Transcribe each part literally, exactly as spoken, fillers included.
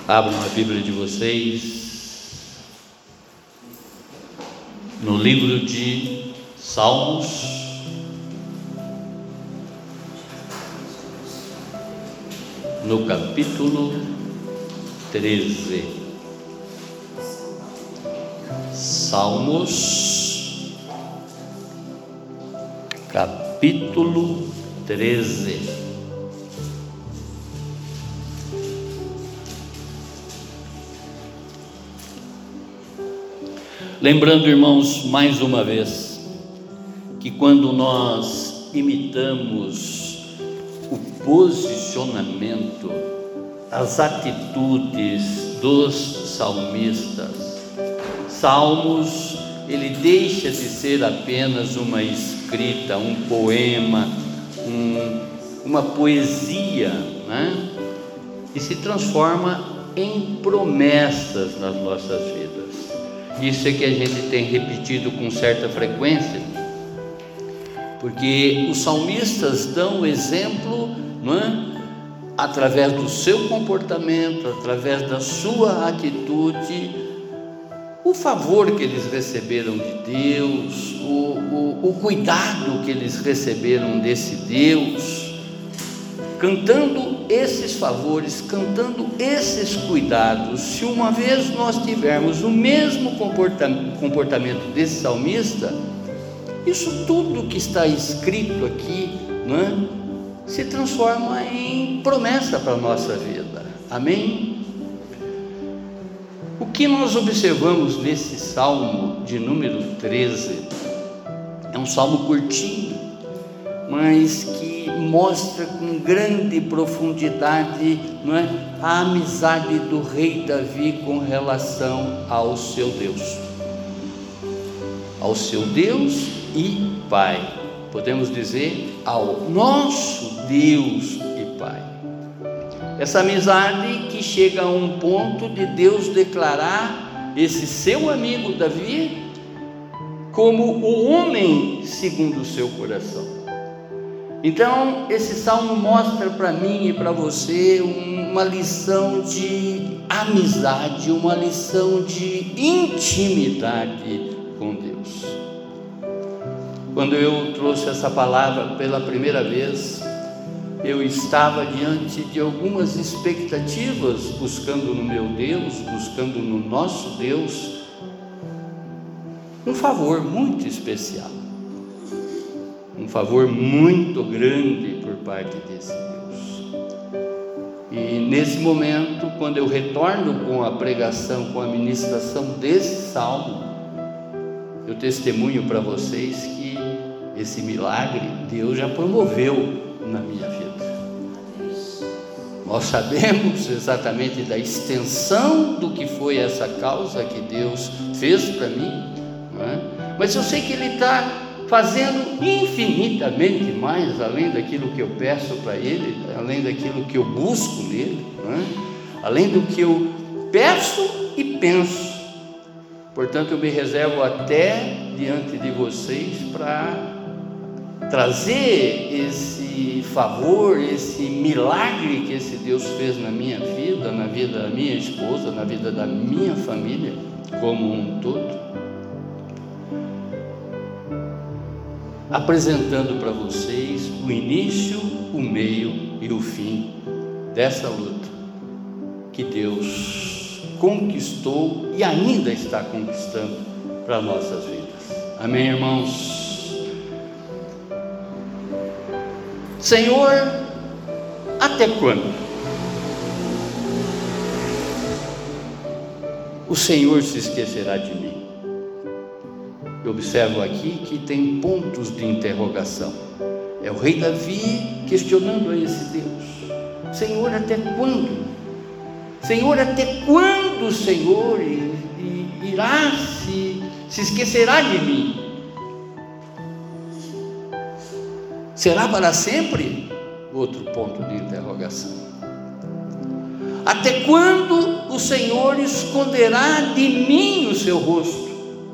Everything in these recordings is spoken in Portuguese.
Abram a Bíblia de vocês no livro de Salmos, no capítulo treze. Salmos, capítulo treze. Lembrando, irmãos, mais uma vez, que quando nós imitamos o posicionamento, as atitudes dos salmistas, Salmos, ele deixa de ser apenas uma escrita, um poema, um, uma poesia, né? E se transforma em promessas nas nossas vidas. Isso é que a gente tem repetido com certa frequência, porque os salmistas dão exemplo, não é? Através do seu comportamento, através da sua atitude, o favor que eles receberam de Deus, o, o, o cuidado que eles receberam desse Deus, cantando esses favores, cantando esses cuidados. Se uma vez nós tivermos o mesmo comportamento desse salmista, isso tudo que está escrito aqui, não é, se transforma em promessa para a nossa vida. Amém? O que nós observamos nesse salmo de número treze é um salmo curtinho, mas que mostra com grande profundidade, não é, a amizade do rei Davi com relação ao seu Deus, ao seu Deus e Pai, podemos dizer, ao nosso Deus e Pai. Essa amizade que chega a um ponto de Deus declarar esse seu amigo Davi como o homem segundo o seu coração. Então, esse salmo mostra para mim e para você uma lição de amizade, uma lição de intimidade com Deus. Quando eu trouxe essa palavra pela primeira vez, eu estava diante de algumas expectativas, buscando no meu Deus, buscando no nosso Deus, um favor muito especial. Um favor muito grande por parte desse Deus. E nesse momento, quando eu retorno com a pregação, com a ministração desse salmo, eu testemunho para vocês que esse milagre Deus já promoveu na minha vida. Nós sabemos exatamente da extensão do que foi essa causa que Deus fez para mim, não é? Mas eu sei que Ele está fazendo infinitamente mais, além daquilo que eu peço para Ele, além daquilo que eu busco nele, né? Além do que eu peço e penso. Portanto, eu me reservo até diante de vocês para trazer esse favor, esse milagre que esse Deus fez na minha vida, na vida da minha esposa, na vida da minha família como um todo, apresentando para vocês o início, o meio e o fim dessa luta que Deus conquistou e ainda está conquistando para nossas vidas. Amém, irmãos? Senhor, até quando o Senhor se esquecerá de mim? Eu observo aqui que tem pontos de interrogação. É o rei Davi questionando a esse Deus: Senhor, até quando? Senhor, até quando o Senhor irá se, se esquecerá de mim? Será para sempre? Outro ponto de interrogação. Até quando o Senhor esconderá de mim o seu rosto?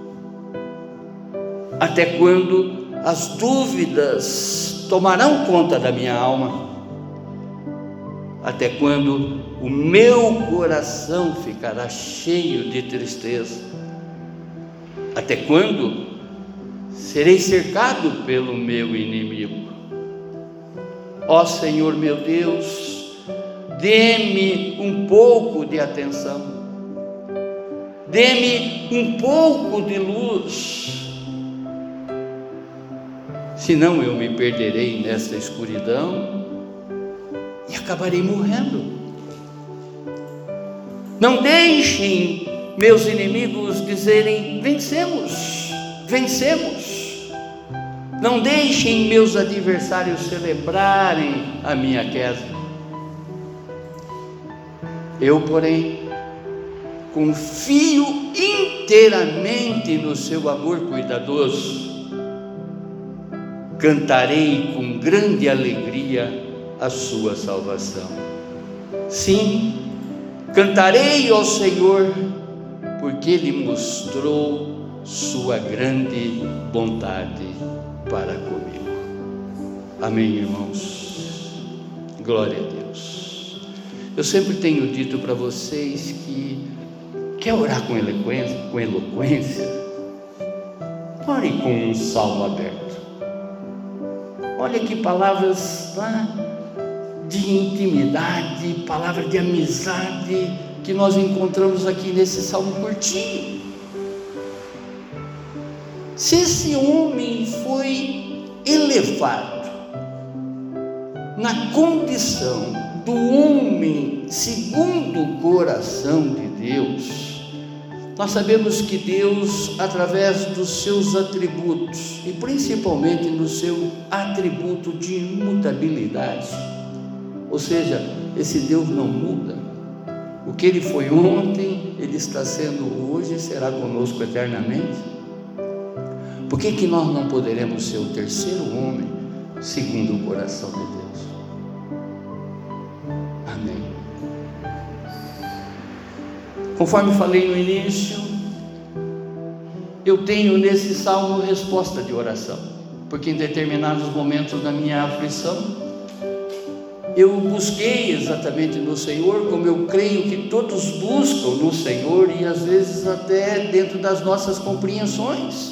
Até quando as dúvidas tomarão conta da minha alma? Até quando o meu coração ficará cheio de tristeza? Até quando serei cercado pelo meu inimigo? Ó Senhor meu Deus, dê-me um pouco de atenção, dê-me um pouco de luz, senão eu me perderei nessa escuridão e acabarei morrendo. Não deixem meus inimigos dizerem: vencemos, vencemos. Não deixem meus adversários celebrarem a minha queda. Eu, porém, confio inteiramente no seu amor cuidadoso. Cantarei com grande alegria a sua salvação. Sim, cantarei ao Senhor, porque Ele mostrou sua grande bondade para comigo. Amém, irmãos? Glória a Deus. Eu sempre tenho dito para vocês que quer orar com eloquência, com eloquência, ore com um salmo aberto. Olha que palavras lá de intimidade, palavra de amizade que nós encontramos aqui nesse salmo curtinho. Se esse homem foi elevado na condição do homem segundo o coração de Deus, nós sabemos que Deus, através dos seus atributos, e principalmente no seu atributo de imutabilidade, ou seja, esse Deus não muda. O que Ele foi ontem, Ele está sendo hoje e será conosco eternamente. Por que que nós não poderemos ser o terceiro homem segundo o coração de Deus? Amém. Conforme falei no início, eu tenho nesse salmo resposta de oração, porque em determinados momentos da minha aflição, eu busquei exatamente no Senhor, como eu creio que todos buscam no Senhor, e às vezes até dentro das nossas compreensões.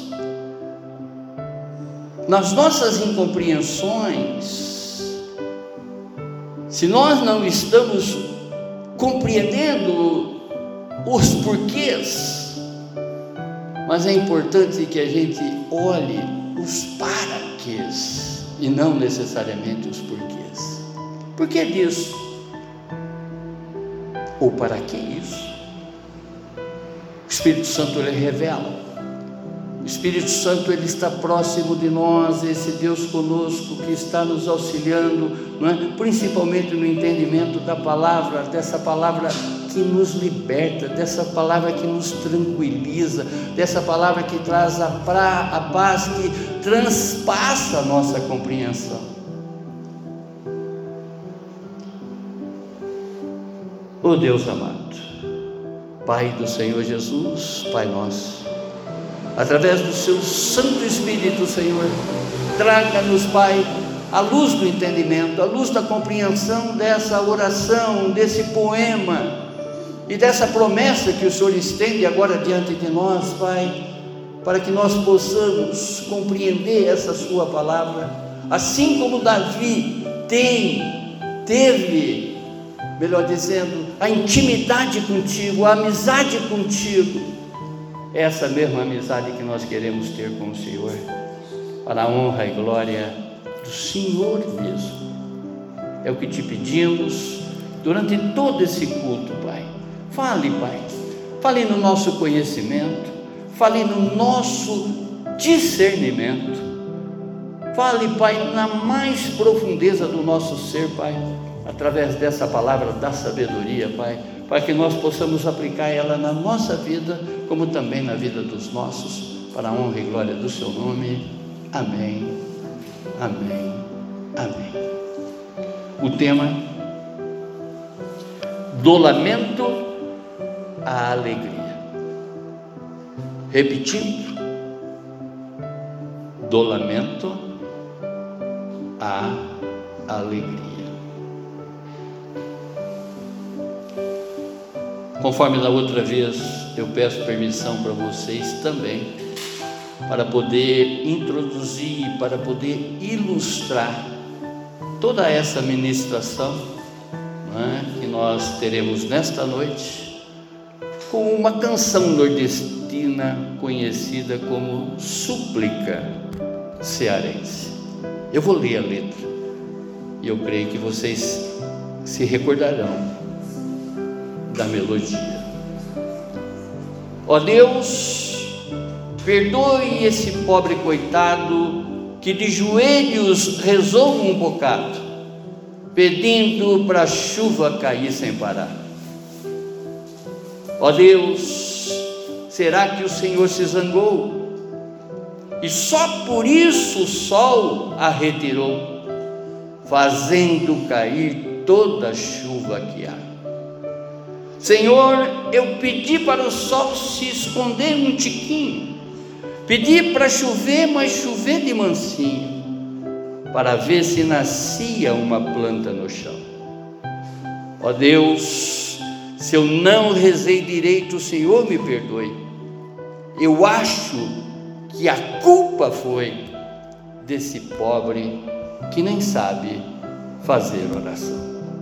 Nas nossas incompreensões, se nós não estamos compreendendo os porquês, mas é importante que a gente olhe os paraquês e não necessariamente os porquês. Por que disso? Ou para que isso? O Espírito Santo ele revela. O Espírito Santo ele está próximo de nós, esse Deus conosco que está nos auxiliando, não é? Principalmente no entendimento da palavra, dessa palavra que nos liberta, dessa palavra que nos tranquiliza, dessa palavra que traz a, pra, a paz que transpassa a nossa compreensão. Oh Deus amado, Pai do Senhor Jesus, Pai nosso, através do seu Santo Espírito, Senhor, traga-nos, Pai, a luz do entendimento, a luz da compreensão dessa oração, desse poema e dessa promessa que o Senhor estende agora diante de nós, Pai, para que nós possamos compreender essa sua palavra, assim como Davi tem, teve, melhor dizendo, a intimidade contigo, a amizade contigo. Essa mesma amizade que nós queremos ter com o Senhor, para a honra e glória do Senhor mesmo. É o que te pedimos durante todo esse culto, Pai. Fale, Pai, fale no nosso conhecimento, fale no nosso discernimento, fale, Pai, na mais profundeza do nosso ser, Pai, através dessa palavra da sabedoria, Pai, para que nós possamos aplicar ela na nossa vida, como também na vida dos nossos, para a honra e glória do seu nome. Amém, amém, amém. O tema: do lamento à alegria. Repetindo: do lamento à alegria. Conforme da outra vez, eu peço permissão para vocês também, para poder introduzir, para poder ilustrar toda essa ministração, né, que nós teremos nesta noite, com uma canção nordestina conhecida como Súplica Cearense. Eu vou ler a letra e eu creio que vocês se recordarão da melodia. Ó Deus, perdoe esse pobre coitado que de joelhos rezou um bocado, pedindo para a chuva cair sem parar. Ó Deus, será que o Senhor se zangou e só por isso o sol a retirou, fazendo cair toda a chuva que há? Senhor, eu pedi para o sol se esconder um tiquinho, pedi para chover, mas chover de mansinho, para ver se nascia uma planta no chão. Ó Deus, se eu não rezei direito, o Senhor me perdoe. Eu acho que a culpa foi desse pobre que nem sabe fazer oração.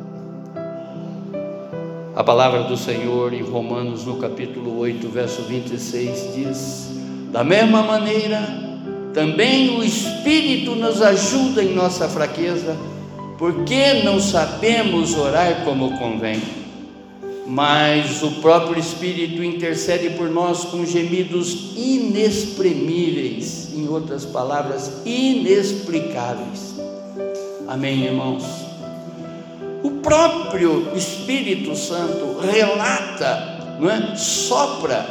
A palavra do Senhor em Romanos, no capítulo oito, verso vinte e seis, diz: da mesma maneira, também o Espírito nos ajuda em nossa fraqueza, porque não sabemos orar como convém, mas o próprio Espírito intercede por nós com gemidos inexprimíveis, em outras palavras, inexplicáveis. Amém, irmãos? O próprio Espírito Santo relata, não é? Sopra,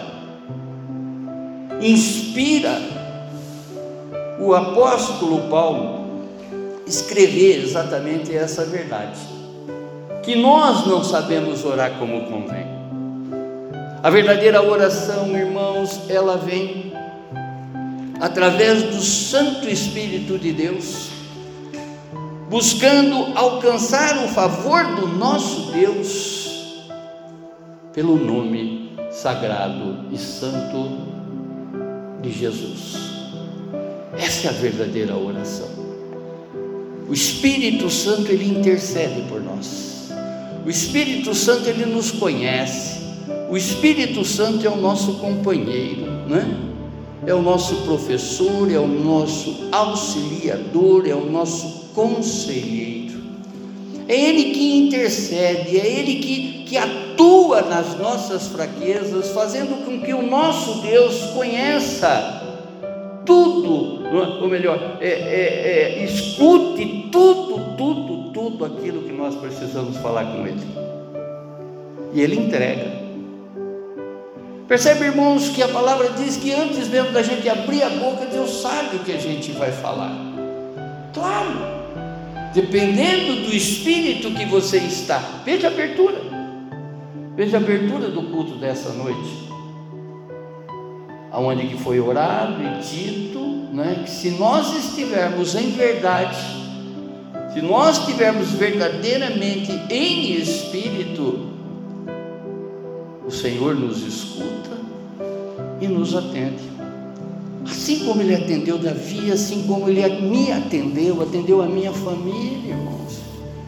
inspira o apóstolo Paulo escrever exatamente essa verdade, que nós não sabemos orar como convém. A verdadeira oração, irmãos, ela vem através do Santo Espírito de Deus, buscando alcançar o favor do nosso Deus pelo nome sagrado e santo de Jesus. Essa é a verdadeira oração. O Espírito Santo, ele intercede por nós. O Espírito Santo, ele nos conhece. O Espírito Santo é o nosso companheiro, né? É o nosso professor, é o nosso auxiliador, é o nosso conselheiro. É Ele que intercede, é Ele que, que atua nas nossas fraquezas, fazendo com que o nosso Deus conheça tudo, ou melhor, é, é, é, escute tudo, tudo, tudo aquilo que nós precisamos falar com Ele. E Ele entrega. Percebe, irmãos, que a palavra diz que antes mesmo da gente abrir a boca, Deus sabe o que a gente vai falar. Claro, dependendo do espírito que você está. Veja a abertura, veja a abertura do culto dessa noite, aonde que foi orado e dito, né, que se nós estivermos em verdade, se nós estivermos verdadeiramente em espírito, o Senhor nos escuta e nos atende. Assim como Ele atendeu Davi, assim como Ele me atendeu, atendeu a minha família, irmãos.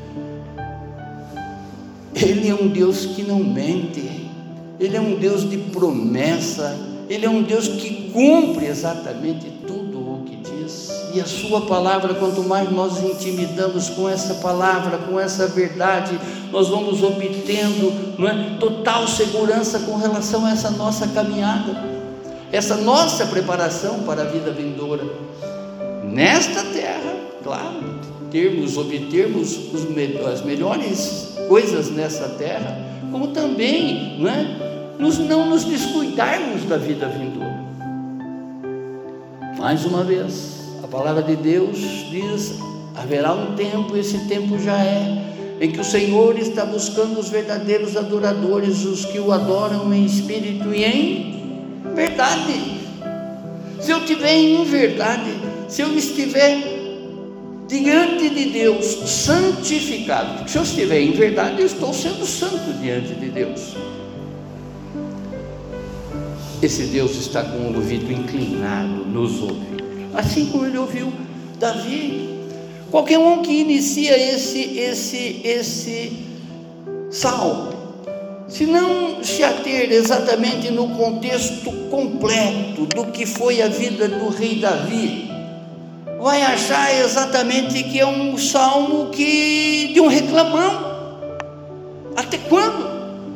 Ele é um Deus que não mente, Ele é um Deus de promessa, Ele é um Deus que cumpre exatamente tudo o que diz. E a sua palavra, quanto mais nós intimidamos com essa palavra, com essa verdade, nós vamos obtendo, não é, total segurança com relação a essa nossa caminhada, essa nossa preparação para a vida vindoura. Nesta terra, claro, termos, obtermos os, as melhores coisas nessa terra, como também, não é, nos, não nos descuidarmos da vida vindoura. Mais uma vez, a palavra de Deus diz: haverá um tempo, esse tempo já é, em que o Senhor está buscando os verdadeiros adoradores, os que o adoram em espírito e em verdade. Se eu estiver em verdade, se eu estiver diante de Deus santificado, porque se eu estiver em verdade, eu estou sendo santo diante de Deus. Esse Deus está com o ouvido inclinado nos ouvidos, assim como ele ouviu Davi. Qualquer um que inicia esse, esse, esse salmo, se não se ater exatamente no contexto completo do que foi a vida do rei Davi, vai achar exatamente que é um salmo que, de um reclamão. Até quando?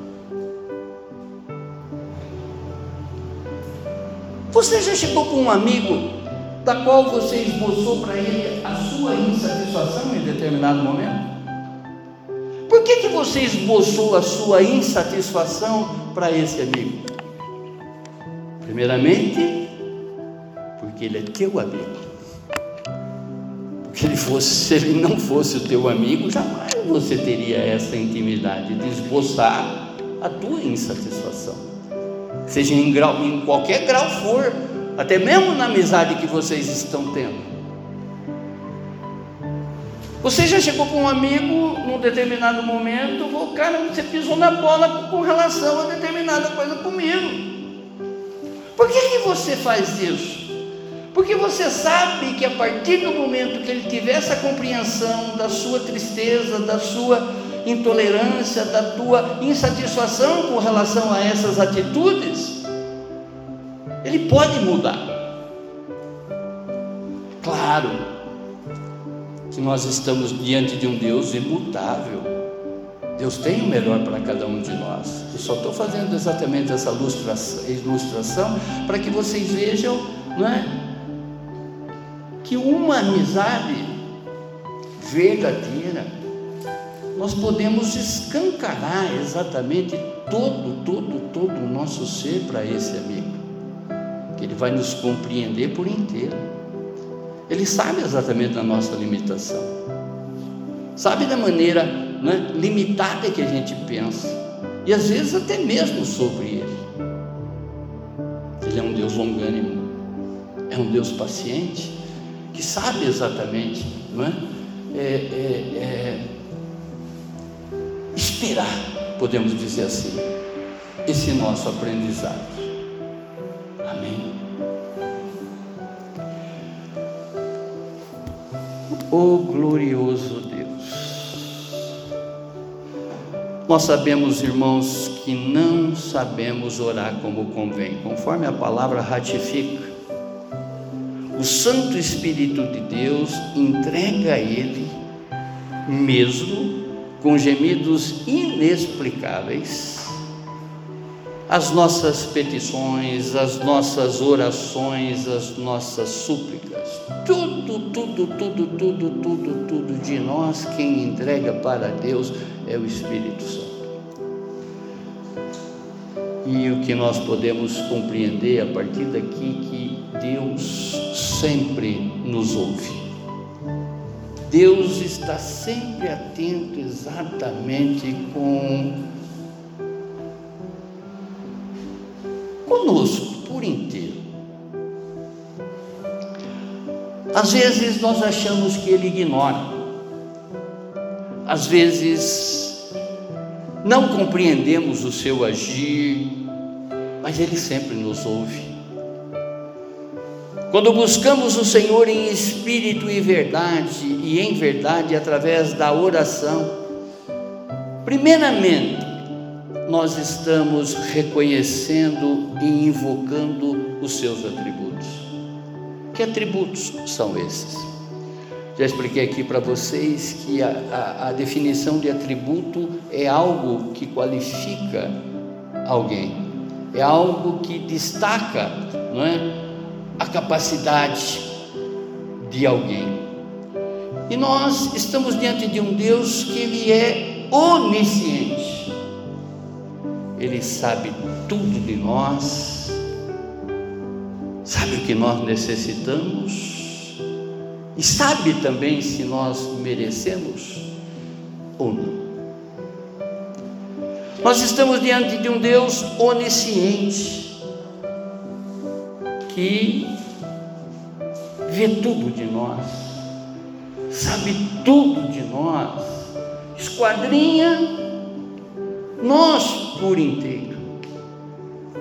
Você já chegou com um amigo da qual você esboçou para ele a sua insatisfação em determinado momento? Por que que você esboçou a sua insatisfação para esse amigo? Primeiramente, porque ele é teu amigo. Porque ele fosse, se ele não fosse o teu amigo, jamais você teria essa intimidade de esboçar a tua insatisfação, seja em, grau, em qualquer grau for, até mesmo na amizade que vocês estão tendo. Você já chegou com um amigo num determinado momento, oh, cara, você pisou na bola com relação a determinada coisa comigo. Por que que você faz isso? Porque você sabe que a partir do momento que ele tiver essa compreensão da sua tristeza, da sua intolerância, da tua insatisfação com relação a essas atitudes, ele pode mudar. Claro que nós estamos diante de um Deus imutável. Deus tem o melhor para cada um de nós. Eu só estou fazendo exatamente essa ilustração, ilustração para que vocês vejam, não é, que uma amizade verdadeira, nós podemos escancarar exatamente todo, todo, todo o nosso ser para esse amigo, que ele vai nos compreender por inteiro. Ele sabe exatamente a nossa limitação, sabe da maneira, né, limitada que a gente pensa, e às vezes até mesmo sobre ele. Ele é um Deus longânimo, é um Deus paciente, que sabe exatamente, não é? É, é, é, esperar, podemos dizer assim, esse nosso aprendizado. Amém. Oh glorioso Deus, nós sabemos, irmãos, que não sabemos orar como convém, conforme a palavra ratifica. O Santo Espírito de Deus entrega a Ele, mesmo com gemidos inexplicáveis, as nossas petições, as nossas orações, as nossas súplicas, tudo, tudo, tudo, tudo, tudo, tudo de nós, quem entrega para Deus é o Espírito Santo. E o que nós podemos compreender a partir daqui, que Deus sempre nos ouve. Deus está sempre atento exatamente com conosco por inteiro. Às vezes nós achamos que Ele ignora, às vezes não compreendemos o seu agir, mas Ele sempre nos ouve. Quando buscamos o Senhor em espírito e verdade, e em verdade através da oração, primeiramente, nós estamos reconhecendo e invocando os seus atributos. Que atributos são esses? Já expliquei aqui para vocês que a, a, a definição de atributo é algo que qualifica alguém, é algo que destaca, não é, a capacidade de alguém. E nós estamos diante de um Deus que Ele é onisciente. Ele sabe tudo de nós, sabe o que nós necessitamos e sabe também se nós merecemos ou não. Nós estamos diante de um Deus onisciente, que vê tudo de nós, sabe tudo de nós, esquadrinha nós por inteiro.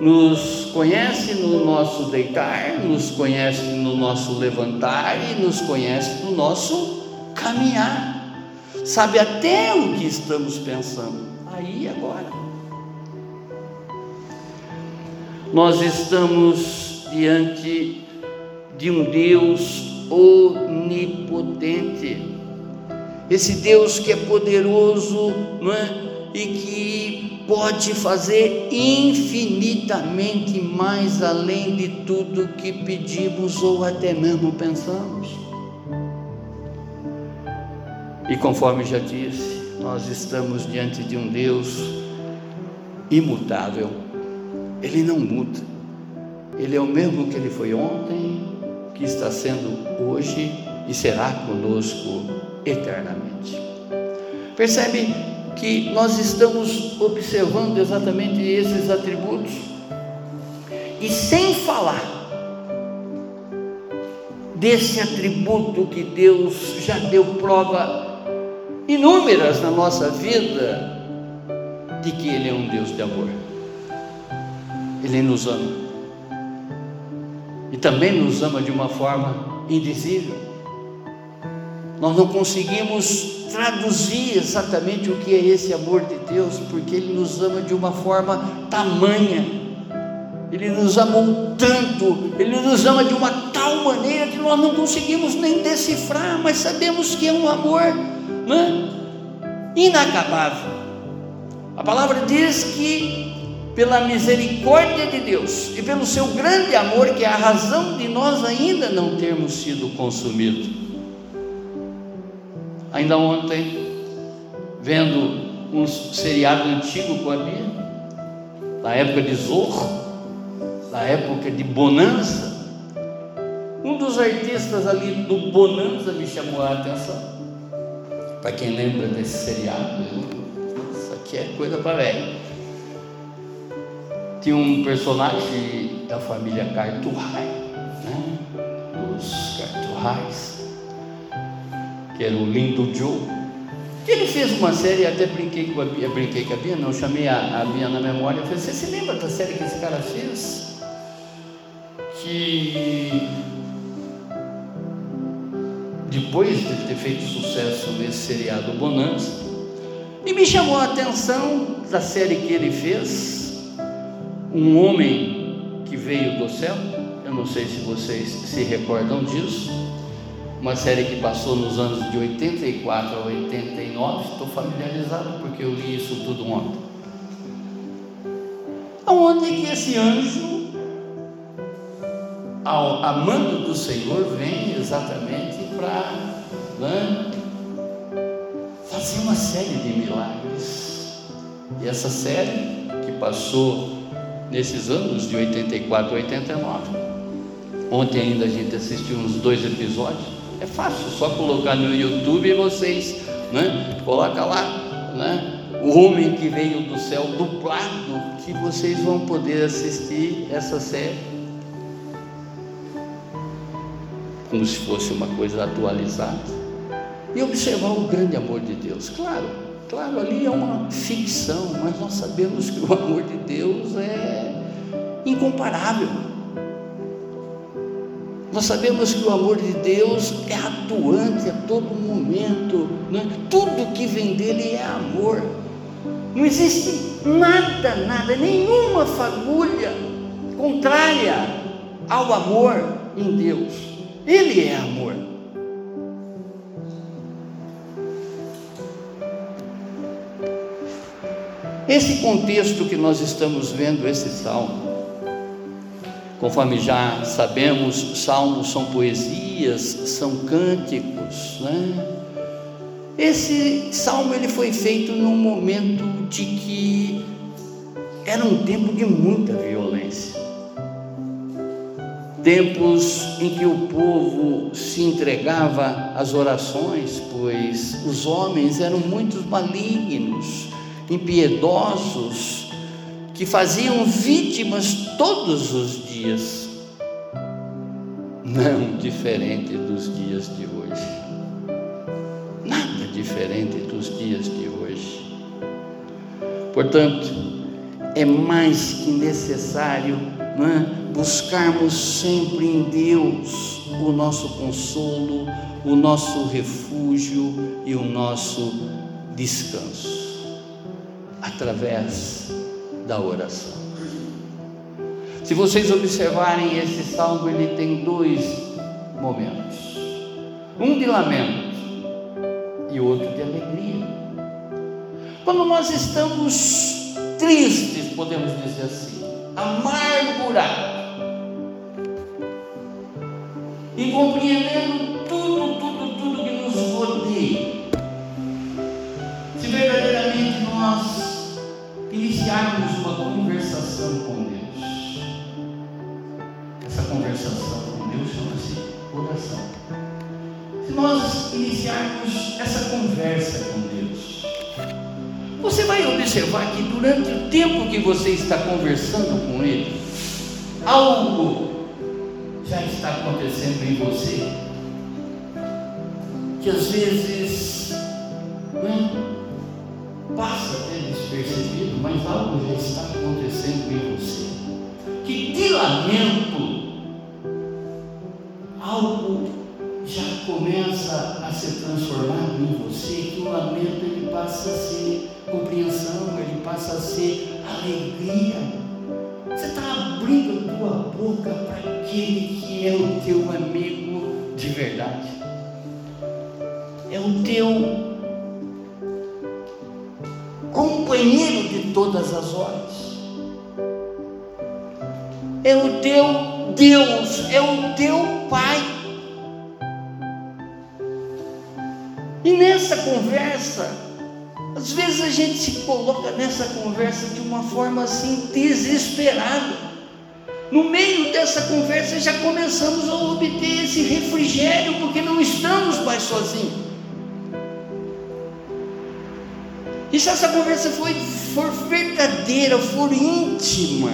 nos conhece no nosso deitar, nos conhece no nosso levantar e nos conhece no nosso caminhar, sabe até o que estamos pensando, aí agora. Nós estamos diante de um Deus onipotente, esse Deus que é poderoso, não é? E que pode fazer infinitamente mais além de tudo que pedimos ou até mesmo pensamos. E conforme já disse, nós estamos diante de um Deus imutável. Ele não muda, Ele é o mesmo que Ele foi ontem, que está sendo hoje e será conosco eternamente. Percebe que nós estamos observando exatamente esses atributos, e sem falar desse atributo que Deus já deu prova inúmeras na nossa vida, de que Ele é um Deus de amor. Ele nos ama, e também nos ama de uma forma indizível. Nós não conseguimos traduzir exatamente o que é esse amor de Deus, porque Ele nos ama de uma forma tamanha, Ele nos amou tanto, Ele nos ama de uma tal maneira que nós não conseguimos nem decifrar, mas sabemos que é um amor, né, inacabável. A palavra diz que pela misericórdia de Deus e pelo seu grande amor, que é a razão de nós ainda não termos sido consumidos. Ainda ontem, vendo um seriado antigo com a Bia, na época de Zorro, na época de Bonanza, um dos artistas ali do Bonanza me chamou a atenção. Para quem lembra desse seriado, isso aqui é coisa para velho. Tinha um personagem da família Carturrai, né? Dos Carturrais, que era o Lindo Joe. Ele fez uma série, até brinquei com a Bia, brinquei com a Bia, não, chamei a, a Bia na memória. Eu falei: você se lembra da série que esse cara fez? Que depois de ter feito sucesso nesse seriado Bonanza, e me chamou a atenção da série que ele fez, Um Homem que Veio do Céu. Eu não sei se vocês se recordam disso, uma série que passou nos anos de oitenta e quatro a oitenta e nove, estou familiarizado porque eu li isso tudo ontem. Aonde que esse anjo, ao amando do Senhor, vem exatamente para, né, fazer uma série de milagres. E essa série que passou nesses anos de oitenta e quatro a oitenta e nove, ontem ainda a gente assistiu uns dois episódios. É fácil, só colocar no YouTube e vocês, né, coloca lá, né, O Homem que Veio do Céu dublado, que vocês vão poder assistir essa série como se fosse uma coisa atualizada e observar o grande amor de Deus. Claro, claro, ali é uma ficção, mas nós sabemos que o amor de Deus é incomparável. Nós sabemos que o amor de Deus é atuante a todo momento, né? Tudo que vem dele é amor. Não existe nada, nada, nenhuma fagulha contrária ao amor em Deus. Ele é amor. Esse contexto que nós estamos vendo, esse salmo, conforme já sabemos, salmos são poesias, são cânticos, né? Esse salmo ele foi feito num momento de que era um tempo de muita violência, tempos em que o povo se entregava às orações, pois os homens eram muito malignos, impiedosos, que faziam vítimas todos os dias, não diferente dos dias de hoje, nada diferente dos dias de hoje. Portanto, é mais que necessário, não é? Buscarmos sempre em Deus o nosso consolo, o nosso refúgio e o nosso descanso, através da oração. Se vocês observarem esse salmo, ele tem dois momentos, um de lamento e outro de alegria. Quando nós estamos tristes, podemos dizer assim, amargurados, e compreendendo tudo, tudo, tudo que nos rodeia, se verdadeiramente nós iniciarmos uma conversação com Deus, essa conversação com Deus chama-se oração. Se nós iniciarmos essa conversa com Deus, você vai observar que durante o tempo que você está conversando com Ele, algo já está acontecendo em você, que às vezes né, passa até despercebido, mas algo já está acontecendo em você, que de lamento, algo já começa a ser transformado em você, que o lamento ele passa a ser compreensão, ele passa a ser alegria. Você está abrindo a tua boca para aquele que é o teu amigo de verdade, é o teu companheiro de todas as horas, é o teu Deus, é o teu Pai. E nessa conversa, às vezes a gente se coloca nessa conversa de uma forma assim desesperada. No meio dessa conversa já começamos a obter esse refrigério, porque não estamos mais sozinhos. E se essa conversa for, for verdadeira, for íntima,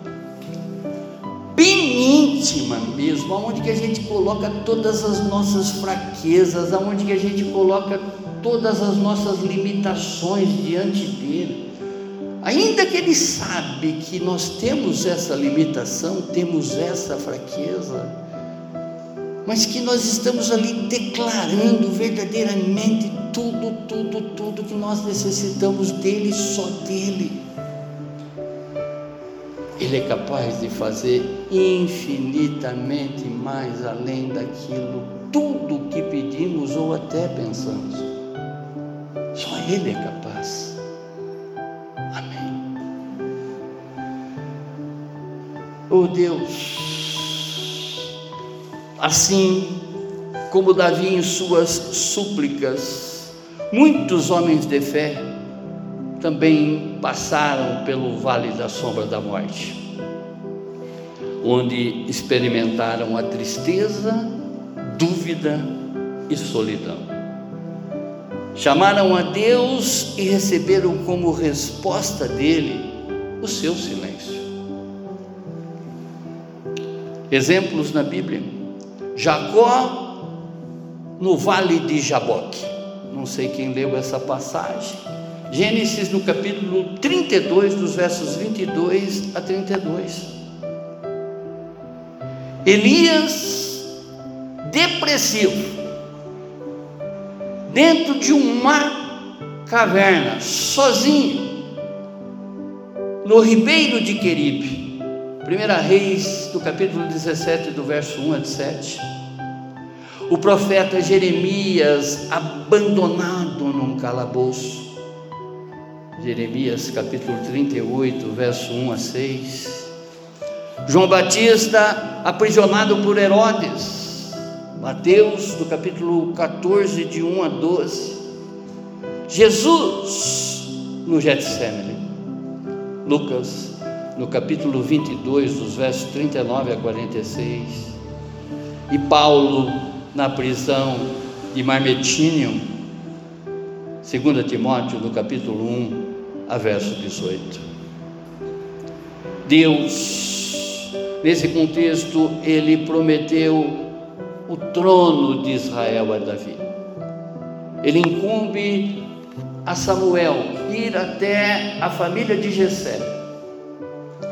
bem íntima mesmo, aonde que a gente coloca todas as nossas fraquezas, aonde que a gente coloca todas as nossas limitações diante dele, ainda que ele sabe que nós temos essa limitação, temos essa fraqueza, mas que nós estamos ali declarando verdadeiramente tudo, tudo, tudo que nós necessitamos dele, só dele. Ele é capaz de fazer infinitamente mais além daquilo, tudo que pedimos ou até pensamos. Só Ele é capaz. Amém. Oh Deus, assim como Davi em suas súplicas, muitos homens de fé também passaram pelo vale da sombra da morte, onde experimentaram a tristeza, dúvida e solidão. Chamaram a Deus e receberam como resposta dele o seu silêncio. Exemplos na Bíblia: Jacó no vale de Jaboque. Não sei quem leu essa passagem. Gênesis no capítulo trinta e dois, dos versos vinte e dois a trinta e dois. Elias, depressivo, dentro de uma caverna, sozinho, no ribeiro de Queribe. Primeira Reis, do capítulo dezessete, do verso um a sete. O profeta Jeremias, abandonado num calabouço. Jeremias, capítulo trinta e oito, verso um a seis. João Batista, aprisionado por Herodes. Mateus, do capítulo quatorze, de um a doze. Jesus, no Getsêmani. Lucas, no capítulo vinte e dois, dos versos trinta e nove a quarenta e seis. E Paulo, na prisão de Marmetínium, segunda Timóteo, no capítulo um, a verso dezoito. Deus, nesse contexto, Ele prometeu o trono de Israel a Davi. Ele incumbe a Samuel ir até a família de Jessé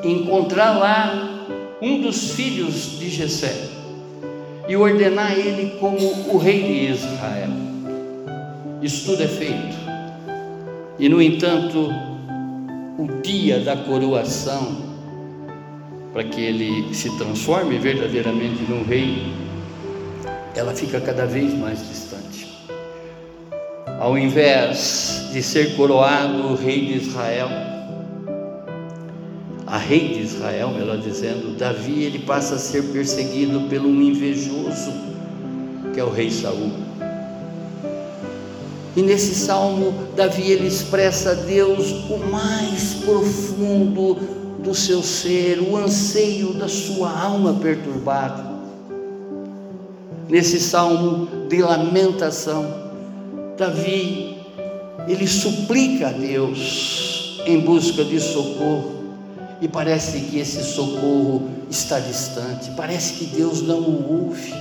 encontrar lá um dos filhos de Jessé e ordenar ele como o rei de Israel. Isso tudo é feito. E no entanto, o dia da coroação, para que ele se transforme verdadeiramente num rei, ela fica cada vez mais distante. Ao invés de ser coroado rei de Israel, a rei de Israel, melhor dizendo, Davi, ele passa a ser perseguido pelo um invejoso, que é o rei Saul. E nesse salmo, Davi, ele expressa a Deus o mais profundo do seu ser, o anseio da sua alma perturbada. Nesse salmo de lamentação, Davi, ele suplica a Deus em busca de socorro, e parece que esse socorro está distante, parece que Deus não o ouve.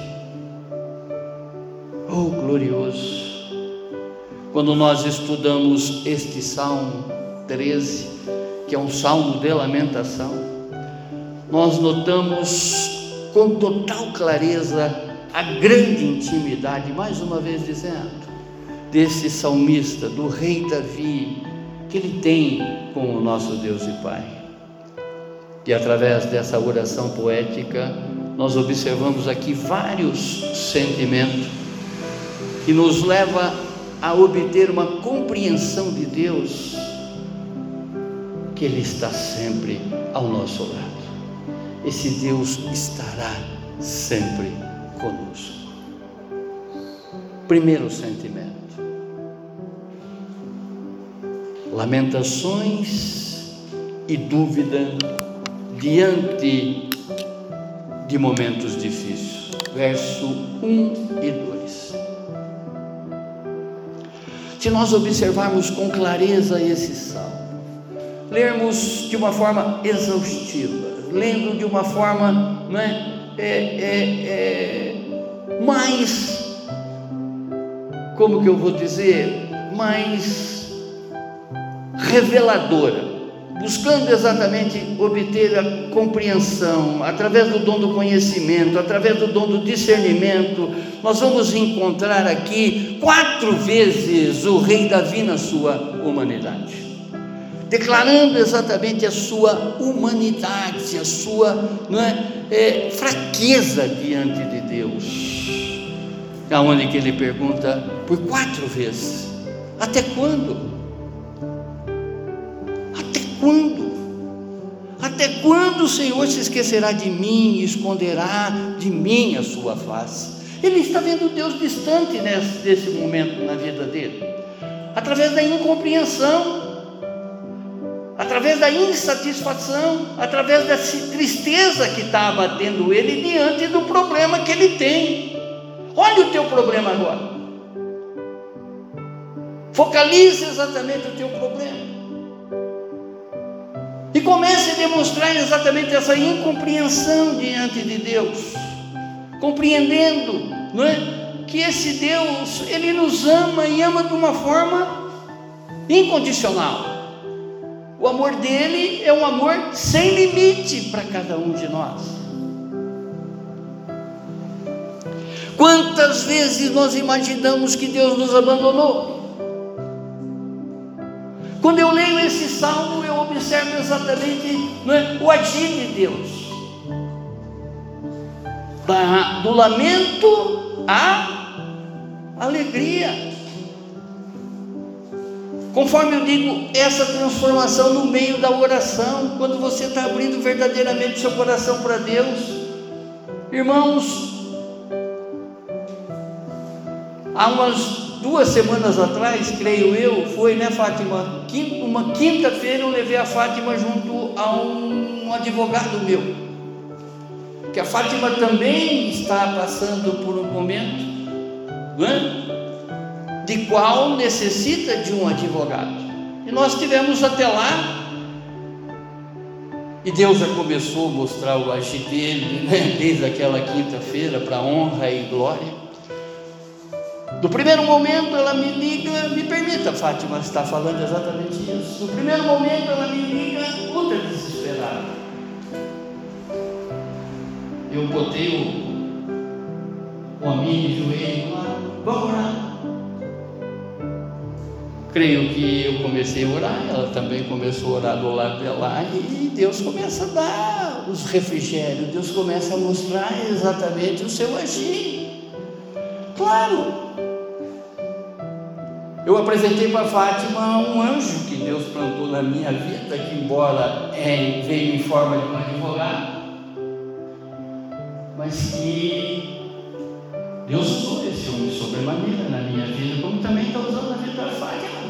Oh, glorioso! Quando nós estudamos este Salmo treze, que é um salmo de lamentação, nós notamos com total clareza a grande intimidade, mais uma vez dizendo, desse salmista, do rei Davi, que ele tem com o nosso Deus e Pai. E através dessa oração poética, nós observamos aqui vários sentimentos que nos levam a obter uma compreensão de Deus, que Ele está sempre ao nosso lado. Esse Deus estará sempre conosco. Primeiro sentimento: lamentações e dúvida diante de momentos difíceis. Verso um e dois. Se nós observarmos com clareza esse salmo, lermos de uma forma exaustiva, lendo de uma forma, não é, é, é, é, mais, como que eu vou dizer, mais reveladora, buscando exatamente obter a compreensão, através do dom do conhecimento, através do dom do discernimento, nós vamos encontrar aqui quatro vezes o rei Davi na sua humanidade, declarando exatamente a sua humanidade, a sua, não é, é, fraqueza diante de Deus, aonde que ele pergunta por quatro vezes: até quando? Quando? Até quando o Senhor se esquecerá de mim e esconderá de mim a sua face? Ele está vendo Deus distante nesse, nesse momento na vida dele, através da incompreensão, através da insatisfação, através da tristeza que está abatendo ele diante do problema que ele tem. Olha o teu problema agora, focalize exatamente o teu problema e comece a demonstrar exatamente essa incompreensão diante de Deus, compreendendo, não é, que esse Deus, Ele nos ama e ama de uma forma incondicional. O amor dele é um amor sem limite para cada um de nós. Quantas vezes nós imaginamos que Deus nos abandonou? Quando eu leio esse salmo, eu observo exatamente, não é, o agir de Deus, da, do lamento à alegria, conforme eu digo, essa transformação no meio da oração, quando você está abrindo verdadeiramente seu coração para Deus. Irmãos, há umas duas semanas atrás, creio eu, foi, né, Fátima? Uma quinta-feira eu levei a Fátima junto a um advogado meu, que a Fátima também está passando por um momento, não é, de qual necessita de um advogado. E nós tivemos até lá, e Deus já começou a mostrar o agir dele, né, desde aquela quinta-feira, para honra e glória. No primeiro momento ela me liga, me permita, Fátima, está falando exatamente isso. No primeiro momento ela me liga, ultra desesperada, eu botei o, o homem de joelho lá, vamos orar. Creio que eu comecei a orar, ela também começou a orar do lado dela, e Deus começa a dar os refrigérios, Deus começa a mostrar exatamente o seu agir. Claro, eu apresentei para Fátima um anjo que Deus plantou na minha vida, que embora é, veio em forma de um advogado, mas que Deus usou esse homem sobremaneira na minha vida, como também está usando na vida da Fátima.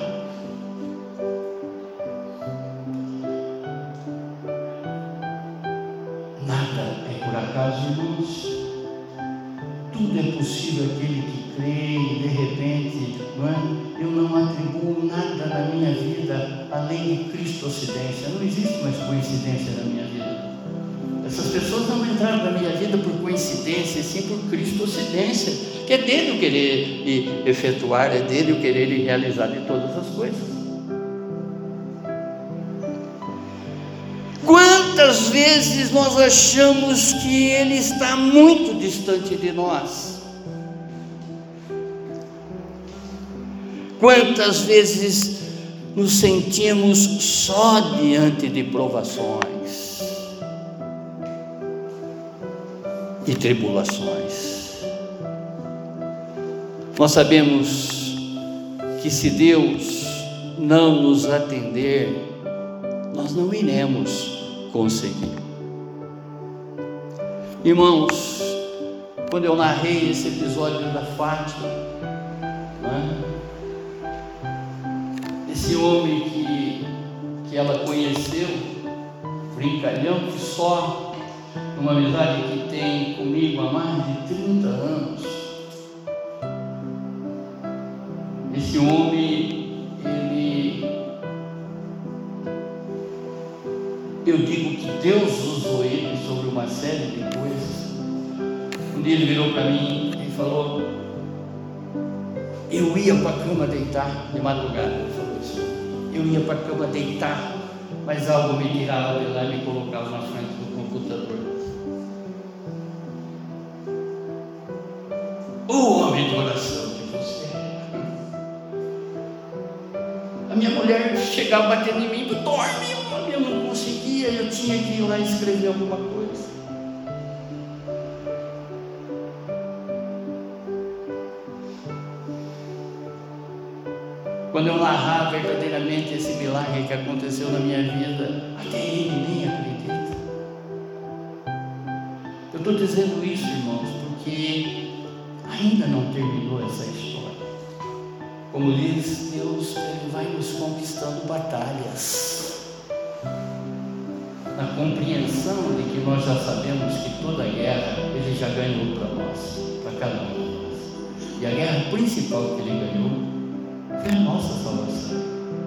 Nada é por acaso, irmãos. Tudo é possível aquele que crê, e de repente, não é? Eu não atribuo nada na minha vida além de cristocência. Não existe mais coincidência na minha vida. Essas pessoas não entraram na minha vida por coincidência, e sim por cristocência, que é dele o querer efetuar, é dele o querer realizar de todas as coisas. Quantas vezes nós achamos que Ele está muito distante de nós? Quantas vezes nos sentimos só diante de provações e tribulações? Nós sabemos que se Deus não nos atender, nós não iremos conseguir. Irmãos, quando eu narrei esse episódio da Fátima, né, esse homem que, que ela conheceu, brincalhão, que só uma amizade que tem comigo há mais de trinta anos, esse homem, ele, eu digo que Deus usou ele sobre uma série de coisas. Um dia ele virou para mim e falou, eu ia para a cama deitar, de madrugada, ele falou isso, eu ia para a cama deitar, mas algo me tirava de lá e me colocava na frente do computador. O homem de oração que você é. A minha mulher chegava batendo em mim, dorme, homem, eu não conseguia, eu tinha que ir lá escrever alguma coisa. Quando eu narrar verdadeiramente esse milagre que aconteceu na minha vida, até ele nem acredita. Eu estou dizendo isso, irmãos, porque ainda não terminou essa história. Como diz Deus, Ele vai nos conquistando batalhas, na compreensão de que nós já sabemos que toda guerra Ele já ganhou para nós, para cada um de nós. E a guerra principal que Ele ganhou é a nossa salvação.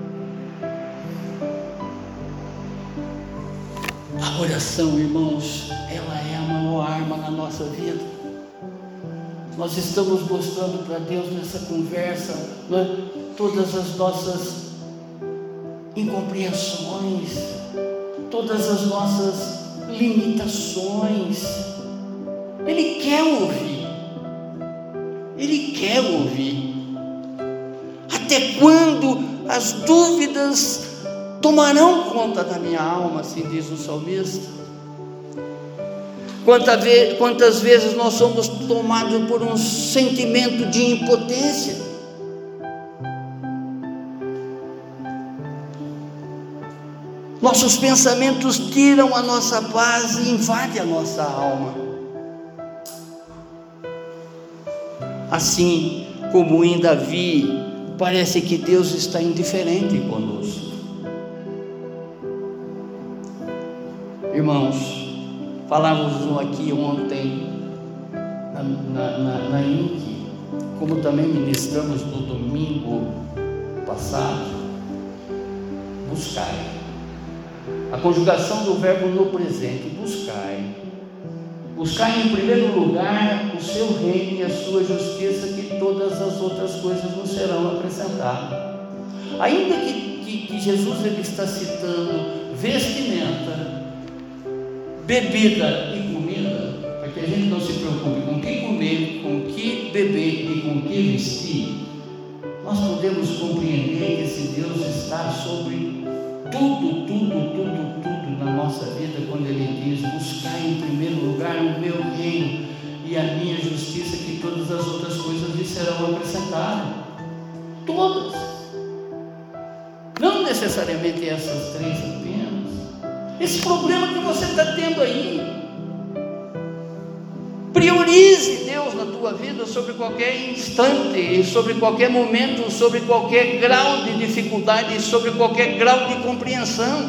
A oração, irmãos, ela é a maior arma na nossa vida. Nós estamos mostrando para Deus nessa conversa, né, todas as nossas incompreensões, todas as nossas limitações. Ele quer ouvir. Ele quer ouvir. Até quando as dúvidas tomarão conta da minha alma, assim diz o salmista. Quantas vezes, quantas vezes nós somos tomados por um sentimento de impotência? Nossos pensamentos tiram a nossa paz e invadem a nossa alma. Assim como em Davi, parece que Deus está indiferente conosco. Irmãos, falávamos aqui ontem na, na, na, na I N C, como também ministramos no domingo passado, buscai. A conjugação do verbo no presente, buscai. Buscai em primeiro lugar o seu reino e a sua justiça, que todas as outras coisas nos serão acrescentadas. Ainda que, que, que Jesus ele está citando vestimenta, bebida e comida, que a gente não se preocupe com o que comer, com o que beber e com o que vestir, nós podemos compreender que esse Deus está sobre tudo, tudo, tudo, tudo na nossa vida, quando Ele diz: buscar em primeiro lugar o meu reino e a minha justiça, que todas as outras coisas lhe serão acrescentadas. Todas. Não necessariamente essas três apenas. Esse problema que você está tendo aí, priorize Deus na tua vida sobre qualquer instante, sobre qualquer momento, sobre qualquer grau de dificuldade, sobre qualquer grau de compreensão.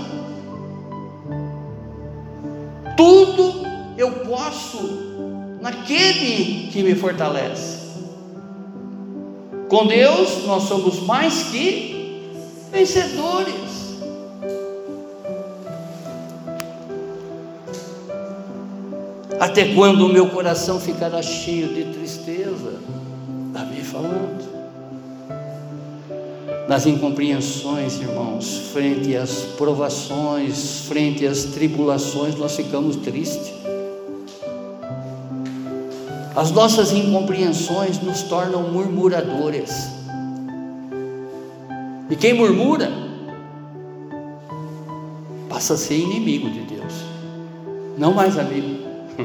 Tudo eu posso naquele que me fortalece. Com Deus nós somos mais que vencedores. Até quando o meu coração ficará cheio de tristeza? Davi falando. Nas incompreensões, irmãos, frente às provações, frente às tribulações, nós ficamos tristes. As nossas incompreensões nos tornam murmuradores. E quem murmura passa a ser inimigo de Deus, não mais amigo.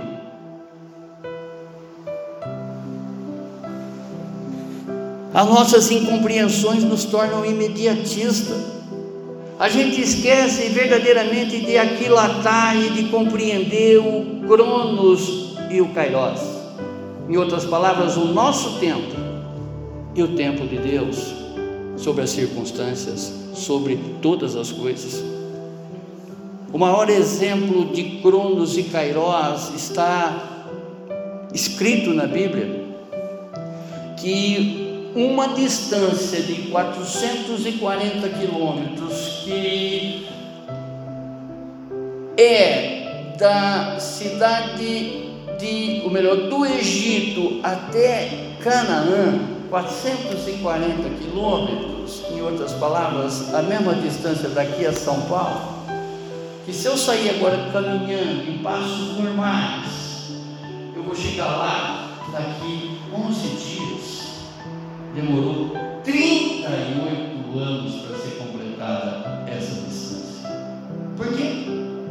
As nossas incompreensões nos tornam imediatistas. A gente esquece verdadeiramente de aquilatar e de compreender o Cronos e o Kairos. Em outras palavras, o nosso tempo e o tempo de Deus sobre as circunstâncias, sobre todas as coisas. O maior exemplo de Cronos e Kairos está escrito na Bíblia, que uma distância de quatrocentos e quarenta quilômetros, que é da cidade de, ou melhor, do Egito até Canaã, quatrocentos e quarenta quilômetros, em outras palavras, a mesma distância daqui a São Paulo, que se eu sair agora caminhando em passos normais, eu vou chegar lá daqui onze dias. Demorou trinta e oito anos para ser completada essa distância. Por quê?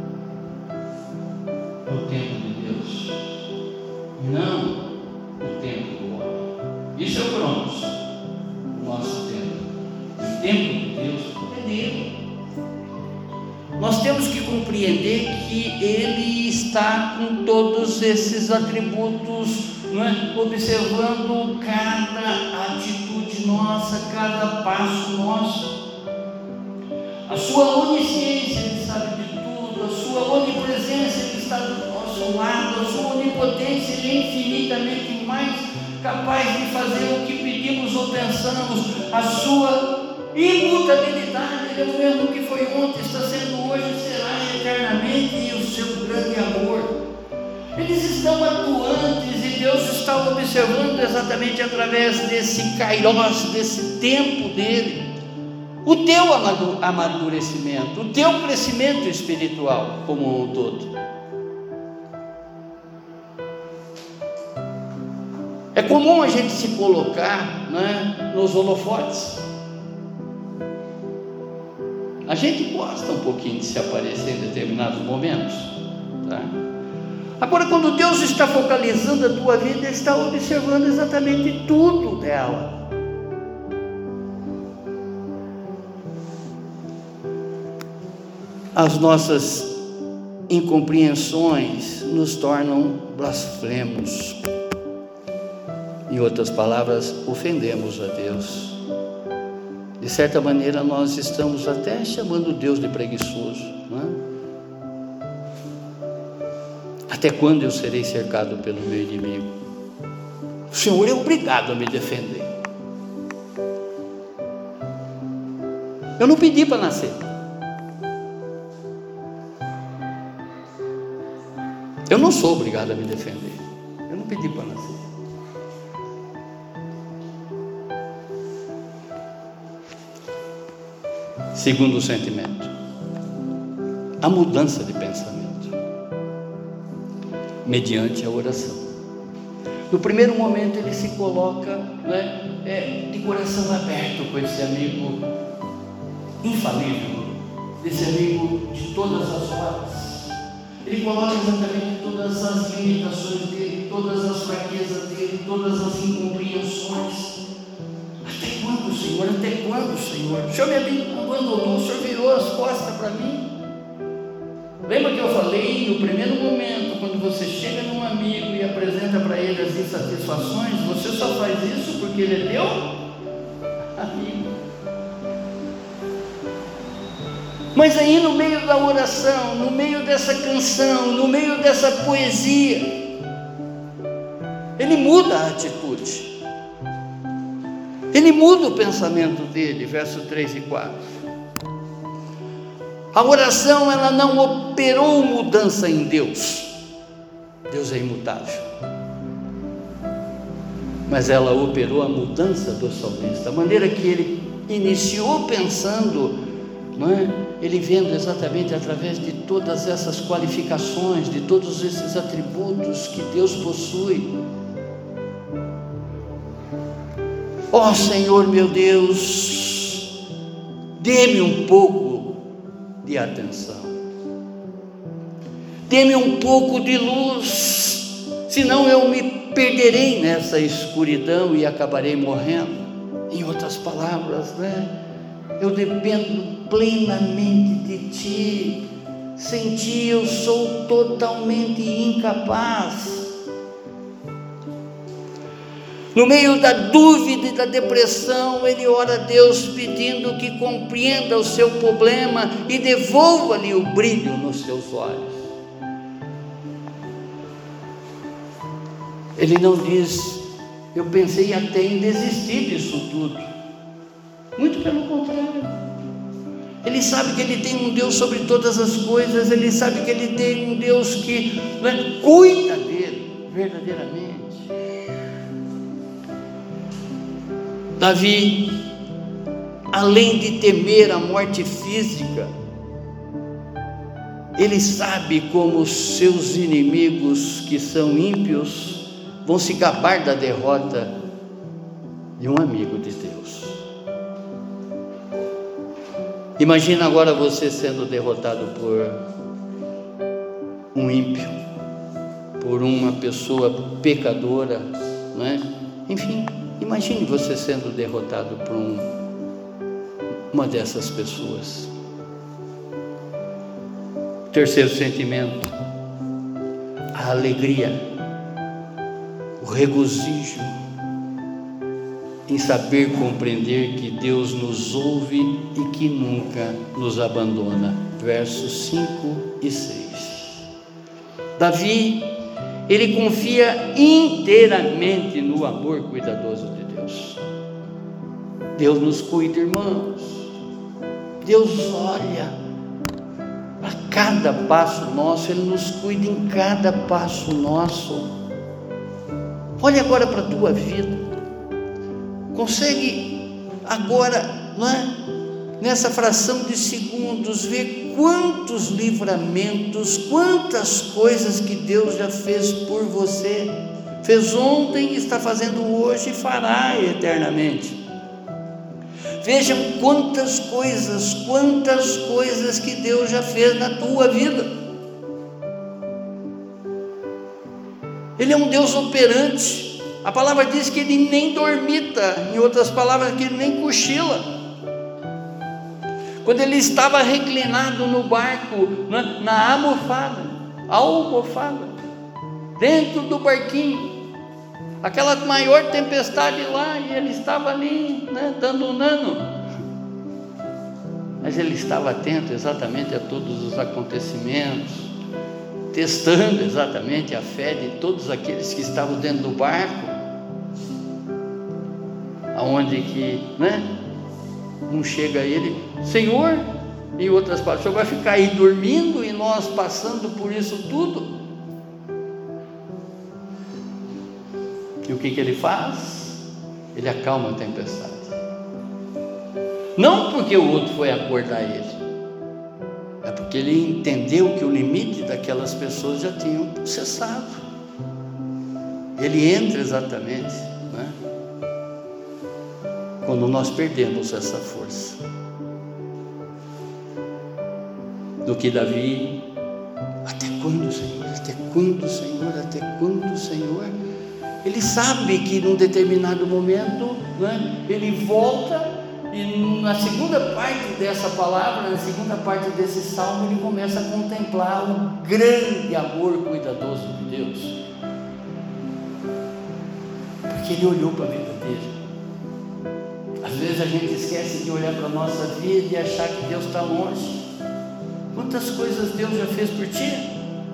É o tempo de Deus, não o tempo do homem. Isso é o Cronos, o nosso tempo. O tempo de Deus é dele. Nós temos que compreender que Ele está com todos esses atributos, não é? Observando cada atitude nossa, cada passo nosso. A sua onisciência, Ele sabe de tudo. A sua onipresença, Ele está do nosso lado. A sua onipotência, Ele é infinitamente mais capaz de fazer o que pedimos ou pensamos. A sua imutabilidade, Ele é o mesmo que foi ontem, está sendo hoje, será eternamente, e o seu grande amor. Eles estão atuantes e Deus está observando exatamente através desse kairos, desse tempo dele, o teu amadurecimento, o teu crescimento espiritual como um todo. É comum a gente se colocar, né, nos holofotes. A gente gosta um pouquinho de se aparecer em determinados momentos, tá? Agora, quando Deus está focalizando a tua vida, Ele está observando exatamente tudo dela. As nossas incompreensões nos tornam blasfemos. Em outras palavras, ofendemos a Deus. De certa maneira, nós estamos até chamando Deus de preguiçoso, não é? Até quando eu serei cercado pelo meu inimigo? O Senhor é obrigado a me defender. Eu não pedi para nascer. Eu não sou obrigado a me defender. Eu não pedi para nascer. Segundo o sentimento, a mudança de pensamento. mediante a oração. No primeiro momento ele se coloca, né, é, de coração aberto com esse amigo infalível, esse amigo de todas as horas. Ele coloca exatamente todas as limitações dele, todas as fraquezas dele, todas as incompreensões. Até quando, Senhor? Até quando, Senhor? O Senhor me abandonou, o Senhor virou as costas para mim. Lembra que eu falei no primeiro momento, quando você chega num amigo e apresenta para ele as insatisfações, você só faz isso porque ele é teu amigo. Mas aí no meio da oração, no meio dessa canção, no meio dessa poesia, ele muda a atitude. Ele muda o pensamento dele, verso três e quatro. A oração, ela não operou mudança em Deus. Deus é imutável. Mas ela operou a mudança do salmista. A maneira que ele iniciou pensando, não é? Ele vendo exatamente através de todas essas qualificações, de todos esses atributos que Deus possui. Ó Senhor meu Deus, dê-me um pouco de atenção, dê-me um pouco de luz, senão eu me perderei nessa escuridão e acabarei morrendo. Em outras palavras, né? Eu dependo plenamente de Ti, sem Ti eu sou totalmente incapaz. No meio da dúvida e da depressão, ele ora a Deus pedindo que compreenda o seu problema e devolva-lhe o brilho nos seus olhos. Ele não diz, eu pensei até em desistir disso tudo. Muito pelo contrário. Ele sabe que ele tem um Deus sobre todas as coisas, ele sabe que ele tem um Deus que, né, cuida dele verdadeiramente. Davi, além de temer a morte física, ele sabe como os seus inimigos, que são ímpios, vão se gabar da derrota de um amigo de Deus. Imagina agora você sendo derrotado por um ímpio, por uma pessoa pecadora, não é? Enfim, imagine você sendo derrotado por um, uma dessas pessoas. Terceiro sentimento, a alegria, o regozijo em saber compreender que Deus nos ouve e que nunca nos abandona. Versos cinco e seis. Davi, ele confia inteiramente no amor cuidadoso de Deus. Deus nos cuida, irmãos. Deus olha a cada passo nosso, Ele nos cuida em cada passo nosso. Olha agora para a tua vida. Consegue agora, não é? Nessa fração de segundos, ver quantos livramentos, quantas coisas que Deus já fez por você, fez ontem, está fazendo hoje e fará eternamente. Vejam quantas coisas, quantas coisas que Deus já fez na tua vida. Ele é um Deus operante. A palavra diz que Ele nem dormita, em outras palavras, que Ele nem cochila. Quando ele estava reclinado no barco, na, na almofada, almofada, dentro do barquinho, aquela maior tempestade lá, e ele estava ali, né, dando um nano, mas ele estava atento exatamente a todos os acontecimentos, testando exatamente a fé de todos aqueles que estavam dentro do barco, aonde que, né, um chega a ele, Senhor, em outras palavras, o Senhor vai ficar aí dormindo e nós passando por isso tudo? E o que que ele faz? Ele acalma a tempestade. Não porque o outro foi acordar ele, é porque porque ele entendeu que o limite daquelas pessoas já tinham cessado. Ele entra exatamente, né, quando nós perdemos essa força. Do que Davi, até quando, Senhor? Até quando, Senhor? Até quando, Senhor? Ele sabe que num determinado momento, né, ele volta, e na segunda parte dessa palavra, na segunda parte desse salmo, ele começa a contemplar o grande amor cuidadoso de Deus, porque ele olhou para a vida dele. Às vezes a gente esquece de olhar para a nossa vida e achar que Deus está longe. Quantas coisas Deus já fez por ti?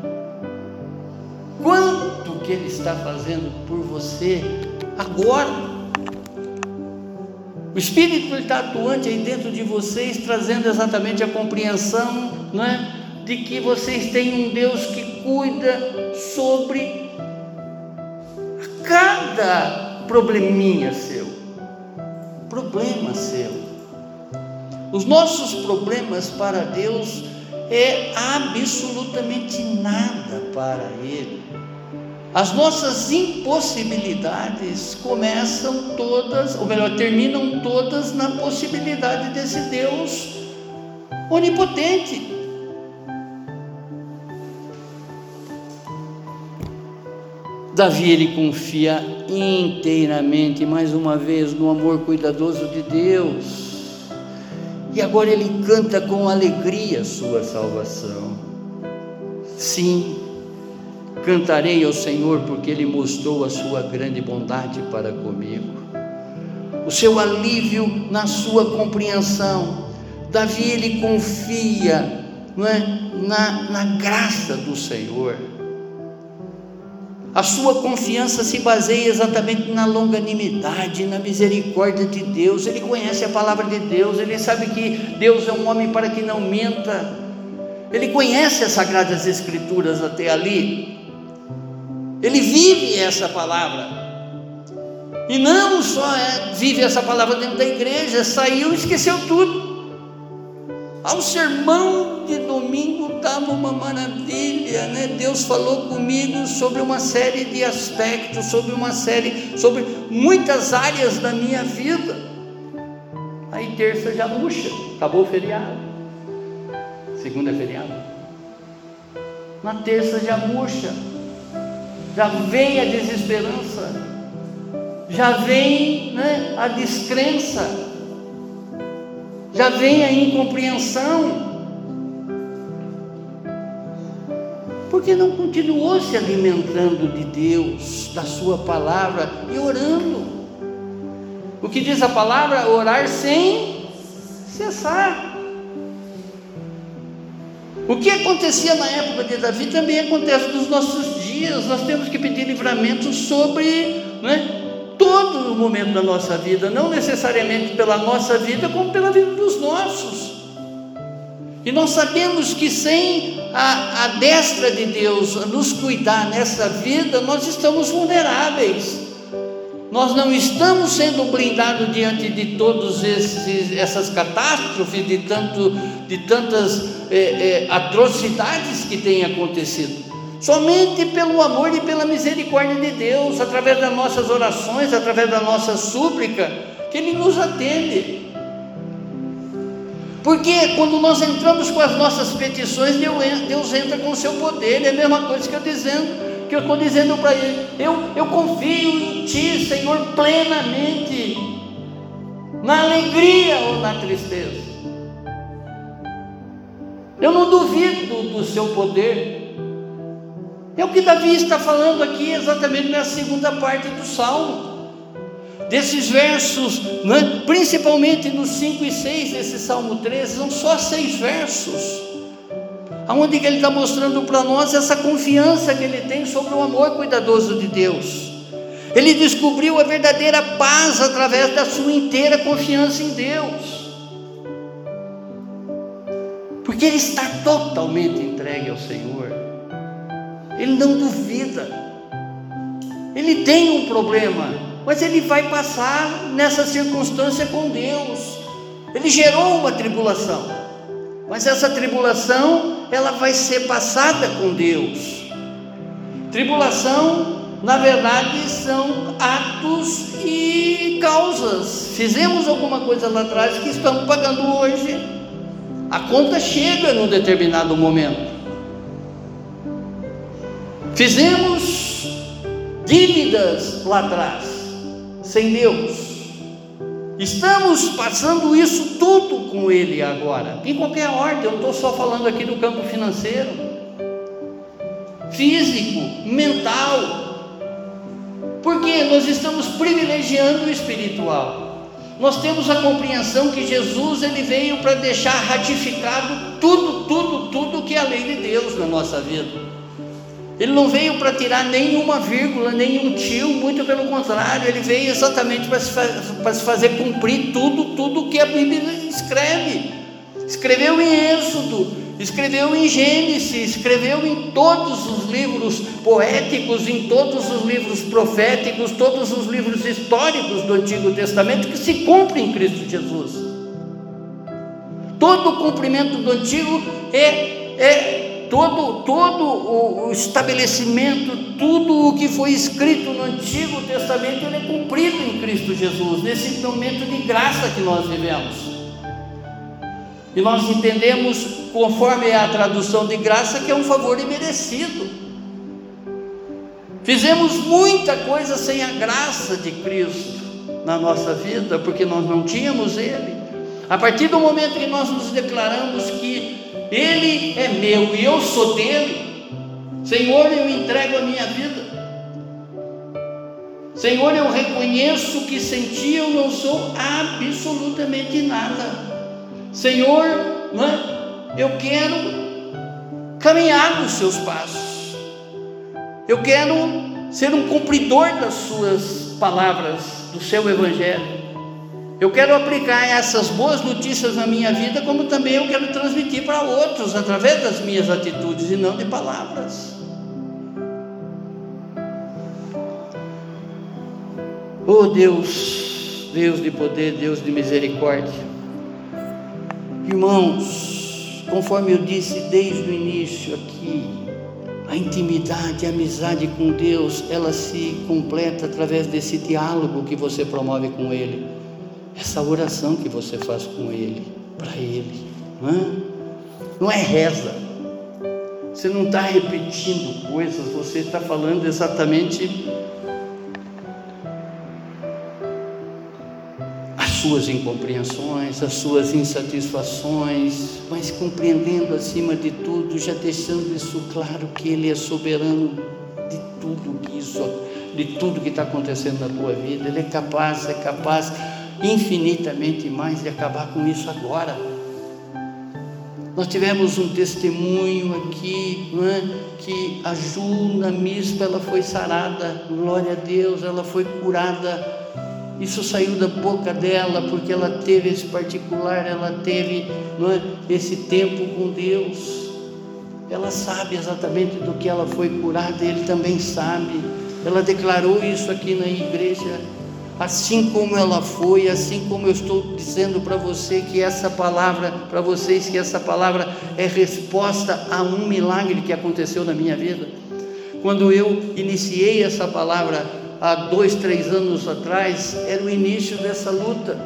Quanto que Ele está fazendo por você agora? O Espírito está atuante aí dentro de vocês, trazendo exatamente a compreensão, não é, de que vocês têm um Deus que cuida sobre cada probleminha seu, problema seu. Os nossos problemas para Deus é absolutamente nada para Ele. As nossas impossibilidades começam todas, ou melhor, terminam todas na possibilidade desse Deus onipotente. Davi, ele confia inteiramente, mais uma vez, no amor cuidadoso de Deus. E agora ele canta com alegria a sua salvação. Sim, cantarei ao Senhor, porque Ele mostrou a sua grande bondade para comigo, o seu alívio na sua compreensão. Davi, ele confia, não é, na, na graça do Senhor. A sua confiança se baseia exatamente na longanimidade, na misericórdia de Deus. Ele conhece a palavra de Deus, ele sabe que Deus é um homem para que não minta. Ele conhece as Sagradas Escrituras até ali. Ele vive essa palavra. E não só é, vive essa palavra dentro da igreja, saiu e esqueceu tudo. Ao sermão de domingo estava uma maravilha, né? Deus falou comigo sobre uma série de aspectos, sobre uma série, sobre muitas áreas da minha vida. Aí terça já murcha, acabou o feriado. Segunda é feriado. Na terça já murcha, já vem a desesperança, já vem, né, a descrença, já vem a incompreensão, porque não continuou se alimentando de Deus, da sua palavra e orando. O que diz a palavra? Orar sem cessar. O que acontecia na época de Davi também acontece nos nossos dias. Nós temos que pedir livramento sobre, né, todo o momento da nossa vida, não necessariamente pela nossa vida, como pela vida dos nossos. E nós sabemos que sem a, a destra de Deus nos cuidar nessa vida, nós estamos vulneráveis. Nós não estamos sendo blindados diante de todas essas catástrofes, de, tanto, de tantas é, é, atrocidades que têm acontecido. Somente pelo amor e pela misericórdia de Deus, através das nossas orações, através da nossa súplica, que Ele nos atende. Porque quando nós entramos com as nossas petições, Deus entra com o seu poder. É a mesma coisa que eu dizendo, que eu estou dizendo para Ele: eu, eu confio em Ti, Senhor, plenamente, na alegria ou na tristeza. Eu não duvido do seu poder. É o que Davi está falando aqui, exatamente na segunda parte do Salmo. Desses versos, né, principalmente nos cinco e seis desse Salmo treze, são só seis versos, onde ele está mostrando para nós essa confiança que ele tem sobre o amor cuidadoso de Deus. Ele descobriu a verdadeira paz através da sua inteira confiança em Deus, porque ele está totalmente entregue ao Senhor. Ele não duvida. Ele tem um problema, mas ele vai passar nessa circunstância com Deus. Ele gerou uma tribulação, mas essa tribulação, ela vai ser passada com Deus. Tribulação, na verdade, são atos e causas. Fizemos alguma coisa lá atrás que estamos pagando hoje. A conta chega num determinado momento. Fizemos dívidas lá atrás, sem Deus. Estamos passando isso tudo com Ele agora, em qualquer ordem. Eu não estou só falando aqui do campo financeiro, físico, mental, porque nós estamos privilegiando o espiritual. Nós temos a compreensão que Jesus, Ele veio para deixar ratificado tudo, tudo, tudo que é a lei de Deus na nossa vida. Ele não veio para tirar nenhuma vírgula, nenhum tio, muito pelo contrário, Ele veio exatamente para se, para se fazer cumprir tudo, tudo que a Bíblia escreve. Escreveu em Êxodo, escreveu em Gênesis, escreveu em todos os livros poéticos, em todos os livros proféticos, todos os livros históricos do Antigo Testamento, que se cumprem em Cristo Jesus. Todo o cumprimento do Antigo é... é Todo, todo o estabelecimento, tudo o que foi escrito no Antigo Testamento, ele é cumprido em Cristo Jesus, nesse momento de graça que nós vivemos. E nós entendemos, conforme a tradução de graça, que é um favor imerecido. Fizemos muita coisa sem a graça de Cristo na nossa vida, porque nós não tínhamos Ele. A partir do momento que nós nos declaramos que Ele é meu e eu sou dele, Senhor, eu entrego a minha vida. Senhor, eu reconheço que sem Ti eu não sou absolutamente nada. Senhor, né, eu quero caminhar nos Seus passos. Eu quero ser um cumpridor das Suas palavras, do Seu Evangelho. Eu quero aplicar essas boas notícias na minha vida, como também eu quero transmitir para outros, através das minhas atitudes e não de palavras. Oh Deus, Deus de poder, Deus de misericórdia. Irmãos, conforme eu disse desde o início aqui, a intimidade, a amizade com Deus, ela se completa através desse diálogo que você promove com Ele. Essa oração que você faz com Ele, para Ele, não é? Não é reza, você não está repetindo coisas, você está falando exatamente as suas incompreensões, as suas insatisfações, mas compreendendo acima de tudo, já deixando isso claro, que Ele é soberano de tudo que isso, de tudo que está acontecendo na tua vida. Ele é capaz, é capaz infinitamente mais de acabar com isso agora. Nós tivemos um testemunho aqui, não é? Que a Ju na mispa, ela foi sarada, glória a Deus, ela foi curada. Isso saiu da boca dela, porque ela teve esse particular, ela teve, não é, esse tempo com Deus. Ela sabe exatamente do que ela foi curada, Ele também sabe. Ela declarou isso aqui na igreja. Assim como ela foi, assim como eu estou dizendo para você que essa palavra, para vocês, que essa palavra é resposta a um milagre que aconteceu na minha vida. Quando eu iniciei essa palavra há dois, três anos atrás, era o início dessa luta,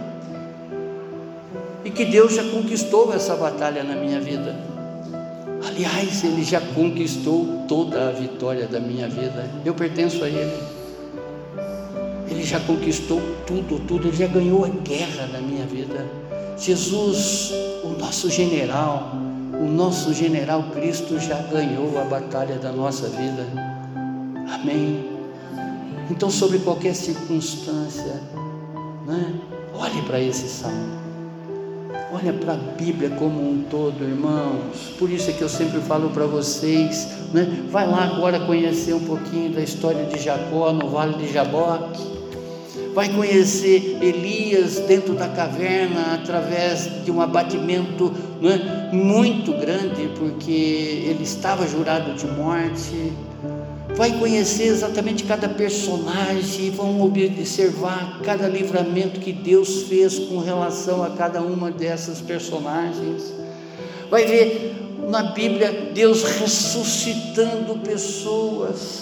e que Deus já conquistou essa batalha na minha vida. Aliás, Ele já conquistou toda a vitória da minha vida. Eu pertenço a Ele. Ele já conquistou tudo, tudo, Ele já ganhou a guerra na minha vida. Jesus, o nosso general, o nosso general Cristo já ganhou a batalha da nossa vida. Amém? Então, sobre qualquer circunstância, né, olhe para esse salmo, olha para a Bíblia como um todo, irmãos. Por isso é que eu sempre falo para vocês, né, vai lá agora conhecer um pouquinho da história de Jacó no Vale de Jaboque. Vai conhecer Elias dentro da caverna, através de um abatimento, né, muito grande, porque ele estava jurado de morte. Vai conhecer exatamente cada personagem e vão observar cada livramento que Deus fez com relação a cada uma dessas personagens. vai ver na Bíblia Deus ressuscitando pessoas,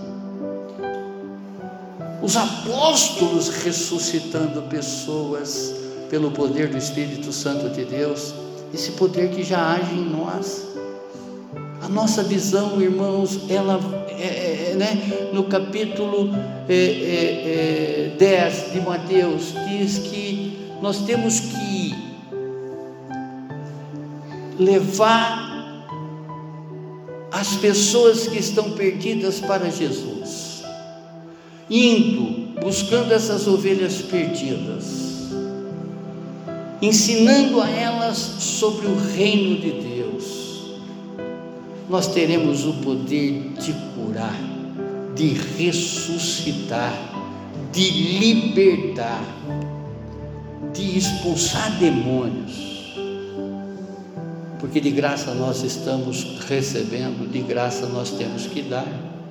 os apóstolos ressuscitando pessoas pelo poder do Espírito Santo de Deus, esse poder que já age em nós. A nossa visão, irmãos, ela é, é, né, no capítulo é, é, é, dez de Mateus, diz que nós temos que levar as pessoas que estão perdidas para Jesus, indo, buscando essas ovelhas perdidas, ensinando a elas sobre o reino de Deus. Nós teremos o poder de curar, de ressuscitar, de libertar, de expulsar demônios, porque de graça nós estamos recebendo, de graça nós temos que dar.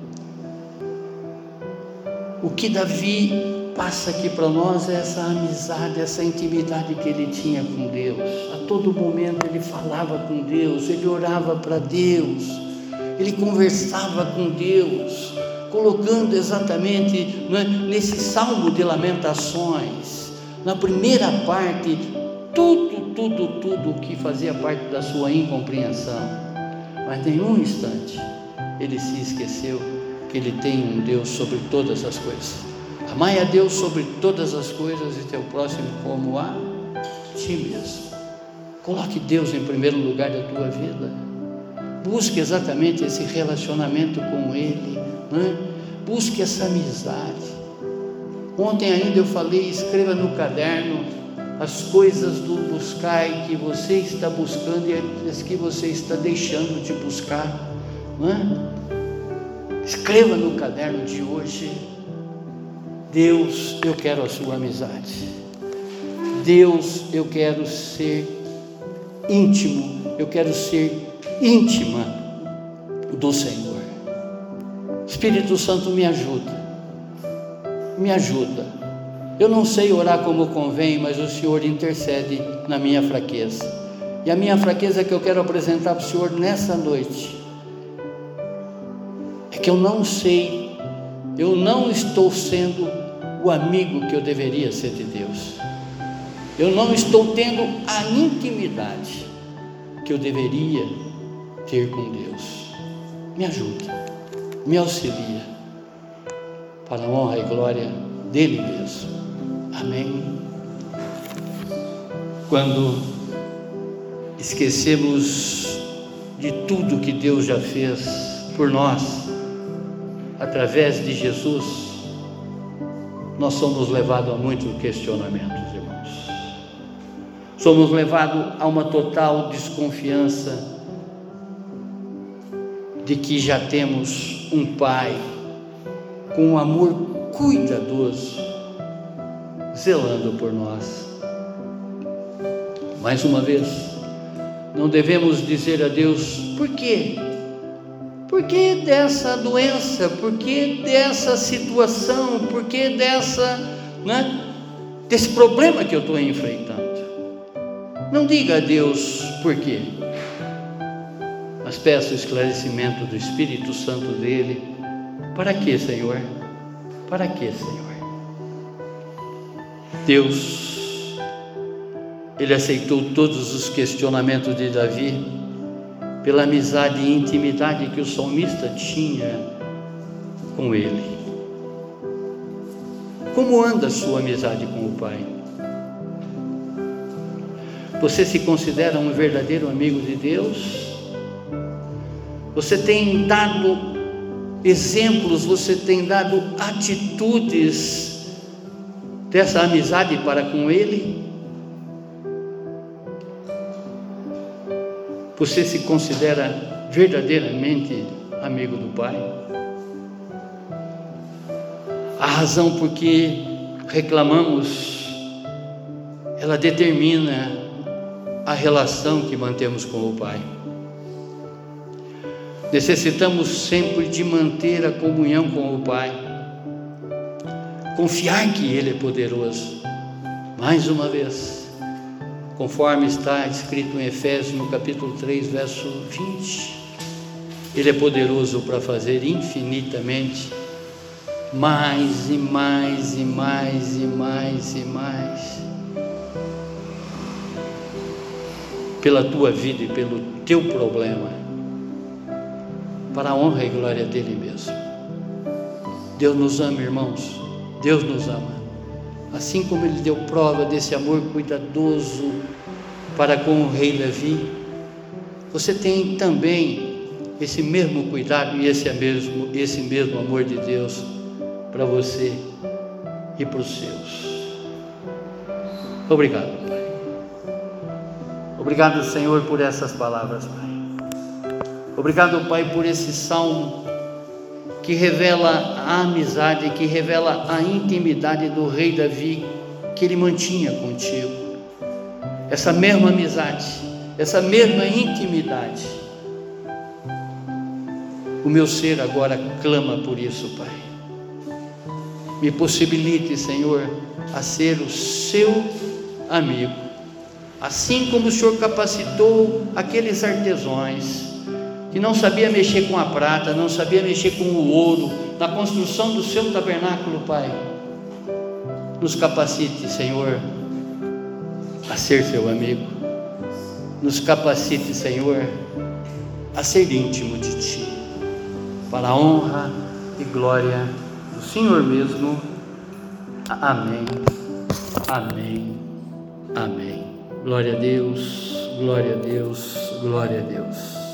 O que Davi passa aqui para nós é essa amizade, essa intimidade que ele tinha com Deus. A todo momento ele falava com Deus, ele orava para Deus, ele conversava com Deus, colocando exatamente, né, nesse Salmo de Lamentações, na primeira parte, tudo, tudo, tudo que fazia parte da sua incompreensão. Mas em nenhum instante ele se esqueceu que ele tem um Deus sobre todas as coisas. Amai a Deus sobre todas as coisas e teu próximo como a ti mesmo. Coloque Deus em primeiro lugar da tua vida. Busque exatamente esse relacionamento com Ele, né? Busque essa amizade. Ontem ainda eu falei, escreva no caderno as coisas do buscar que você está buscando e as que você está deixando de buscar, né? Escreva no caderno de hoje: Deus, eu quero a sua amizade. Deus, eu quero ser íntimo, eu quero ser íntima do Senhor. Espírito Santo, me ajuda, me ajuda. Eu não sei orar como convém, mas o Senhor intercede na minha fraqueza. E a minha fraqueza que eu quero apresentar para o Senhor nessa noite é que eu não sei, eu não estou sendo o amigo que eu deveria ser de Deus. Eu não estou tendo a intimidade que eu deveria ter com Deus. Me ajuda, me auxilia, para a honra e glória dele mesmo. Amém. Quando esquecemos de tudo que Deus já fez por nós, através de Jesus, nós somos levados a muitos questionamentos, irmãos. Somos levados a uma total desconfiança de que já temos um Pai com um amor cuidadoso, zelando por nós. Mais uma vez, não devemos dizer a Deus: por quê? Por que dessa doença? Por que dessa situação? Por que dessa, né, desse problema que eu estou enfrentando? Não diga a Deus por quê, mas peça o esclarecimento do Espírito Santo dele. Para quê, Senhor? Para quê, Senhor? Deus, Ele aceitou todos os questionamentos de Davi pela amizade e intimidade que o salmista tinha com Ele. Como anda a sua amizade com o Pai? Você se considera um verdadeiro amigo de Deus? Você tem dado exemplos, você tem dado atitudes dessa amizade para com Ele? Você se considera verdadeiramente amigo do Pai? A razão por que reclamamos, ela determina a relação que mantemos com o Pai. Necessitamos sempre de manter a comunhão com o Pai, confiar que Ele é poderoso. Mais uma vez, conforme está escrito em Efésios, no capítulo três, verso vinte. Ele é poderoso para fazer infinitamente mais e mais e mais e mais e mais pela tua vida e pelo teu problema, para a honra e glória dele mesmo. Deus nos ama, irmãos. Deus nos ama. Assim como ele deu prova desse amor cuidadoso para com o rei Davi, você tem também esse mesmo cuidado e esse mesmo, esse mesmo amor de Deus para você e para os seus. Obrigado, Pai. Obrigado, Senhor, por essas palavras, Pai. Obrigado, Pai, por esse salmo que revela a amizade, que revela a intimidade do rei Davi, que ele mantinha contigo. Essa mesma amizade, essa mesma intimidade. O meu ser agora clama por isso, Pai. Me possibilite, Senhor, a ser o seu amigo, assim como o Senhor capacitou aqueles artesãos que não sabia mexer com a prata, não sabia mexer com o ouro, na construção do seu tabernáculo, Pai. Nos capacite, Senhor, a ser seu amigo. Nos capacite, Senhor, a ser íntimo de Ti, para a honra e glória do Senhor mesmo. Amém, amém, amém. Glória a Deus, glória a Deus, glória a Deus.